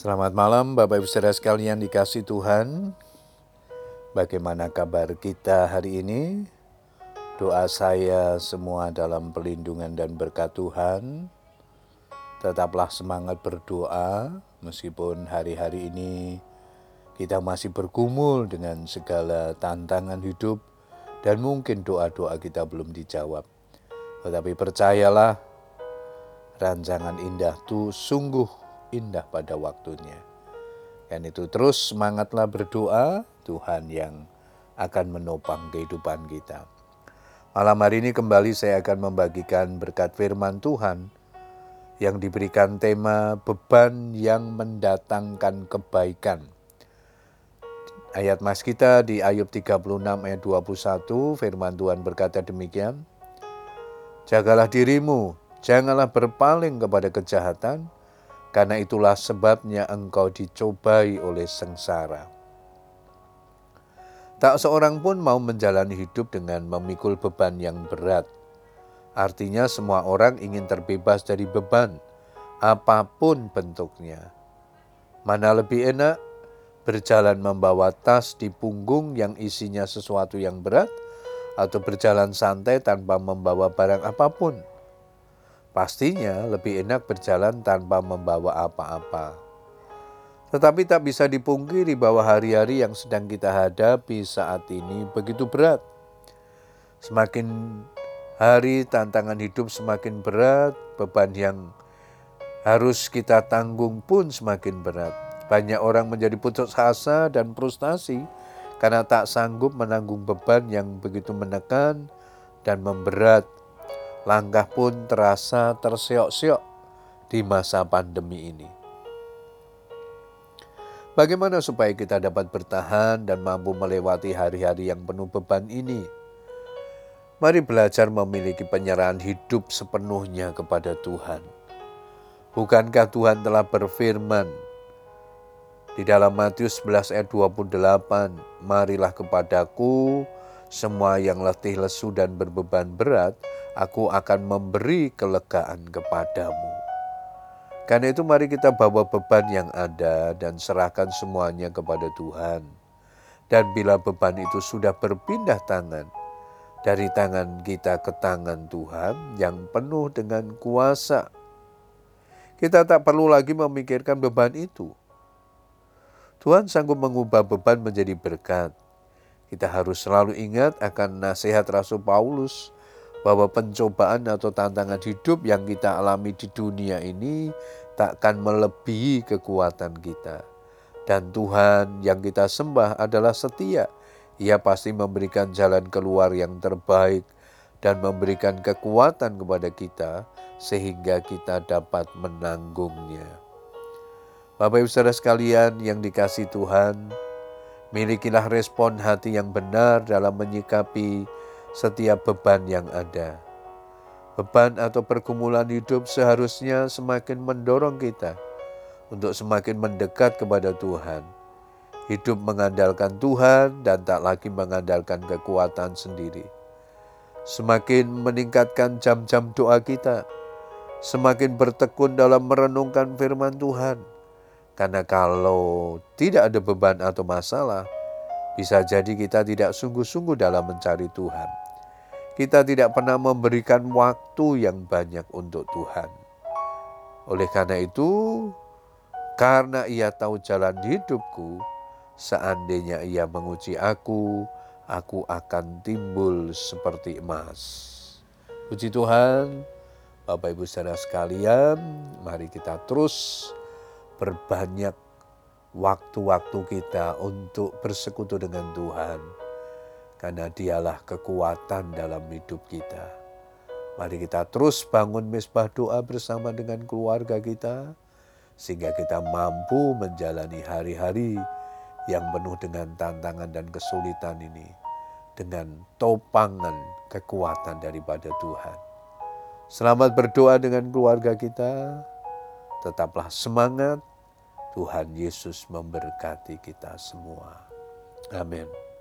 Selamat malam Bapak Ibu Saudara sekalian dikasih Tuhan. Bagaimana kabar kita hari ini? Doa saya semua dalam perlindungan dan berkat Tuhan. Tetaplah semangat berdoa meskipun hari-hari ini kita masih bergumul dengan segala tantangan hidup dan mungkin doa-doa kita belum dijawab. Tetapi percayalah, rancangan indah itu sungguh indah pada waktunya. Dan itu terus semangatlah berdoa, Tuhan yang akan menopang kehidupan kita. Malam hari ini kembali saya akan membagikan berkat firman Tuhan yang diberikan tema beban yang mendatangkan kebaikan. Ayat mas kita di Ayub 36 ayat 21, firman Tuhan berkata demikian. Jagalah dirimu, janganlah berpaling kepada kejahatan, karena itulah sebabnya engkau dicobai oleh sengsara. Tak seorang pun mau menjalani hidup dengan memikul beban yang berat. Artinya semua orang ingin terbebas dari beban, apapun bentuknya. Mana lebih enak berjalan membawa tas di punggung yang isinya sesuatu yang berat, atau berjalan santai tanpa membawa barang apapun? Pastinya lebih enak berjalan tanpa membawa apa-apa. Tetapi tak bisa dipungkiri bahwa hari-hari yang sedang kita hadapi saat ini begitu berat. Semakin hari tantangan hidup semakin berat, beban yang harus kita tanggung pun semakin berat. Banyak orang menjadi putus asa dan frustasi karena tak sanggup menanggung beban yang begitu menekan dan memberat. Langkah pun terasa terseok-seok di masa pandemi ini. Bagaimana supaya kita dapat bertahan dan mampu melewati hari-hari yang penuh beban ini? Mari belajar memiliki penyerahan hidup sepenuhnya kepada Tuhan. Bukankah Tuhan telah berfirman di dalam Matius 11 ayat 28, marilah kepadaku semua yang letih lesu dan berbeban berat, aku akan memberi kelegaan kepadamu. Karena itu mari kita bawa beban yang ada dan serahkan semuanya kepada Tuhan. Dan bila beban itu sudah berpindah tangan, dari tangan kita ke tangan Tuhan yang penuh dengan kuasa, kita tak perlu lagi memikirkan beban itu. Tuhan sanggup mengubah beban menjadi berkat. Kita harus selalu ingat akan nasihat Rasul Paulus bahwa pencobaan atau tantangan hidup yang kita alami di dunia ini takkan melebihi kekuatan kita. Dan Tuhan yang kita sembah adalah setia. Ia pasti memberikan jalan keluar yang terbaik dan memberikan kekuatan kepada kita sehingga kita dapat menanggungnya. Bapak Ibu Saudara sekalian yang dikasihi Tuhan, milikilah respon hati yang benar dalam menyikapi setiap beban yang ada. Beban atau pergumulan hidup seharusnya semakin mendorong kita untuk semakin mendekat kepada Tuhan. Hidup mengandalkan Tuhan dan tak lagi mengandalkan kekuatan sendiri. Semakin meningkatkan jam-jam doa kita, semakin bertekun dalam merenungkan firman Tuhan. Karena kalau tidak ada beban atau masalah, bisa jadi kita tidak sungguh-sungguh dalam mencari Tuhan. Kita tidak pernah memberikan waktu yang banyak untuk Tuhan. Oleh karena itu, karena Ia tahu jalan hidupku, seandainya Ia menguji aku akan timbul seperti emas. Puji Tuhan, Bapak Ibu Saudara sekalian, mari kita terus berbanyak waktu-waktu kita untuk bersekutu dengan Tuhan. Karena Dialah kekuatan dalam hidup kita. Mari kita terus bangun mesbah doa bersama dengan keluarga kita, sehingga kita mampu menjalani hari-hari yang penuh dengan tantangan dan kesulitan ini dengan topangan kekuatan daripada Tuhan. Selamat berdoa dengan keluarga kita. Tetaplah semangat. Tuhan Yesus memberkati kita semua. Amin.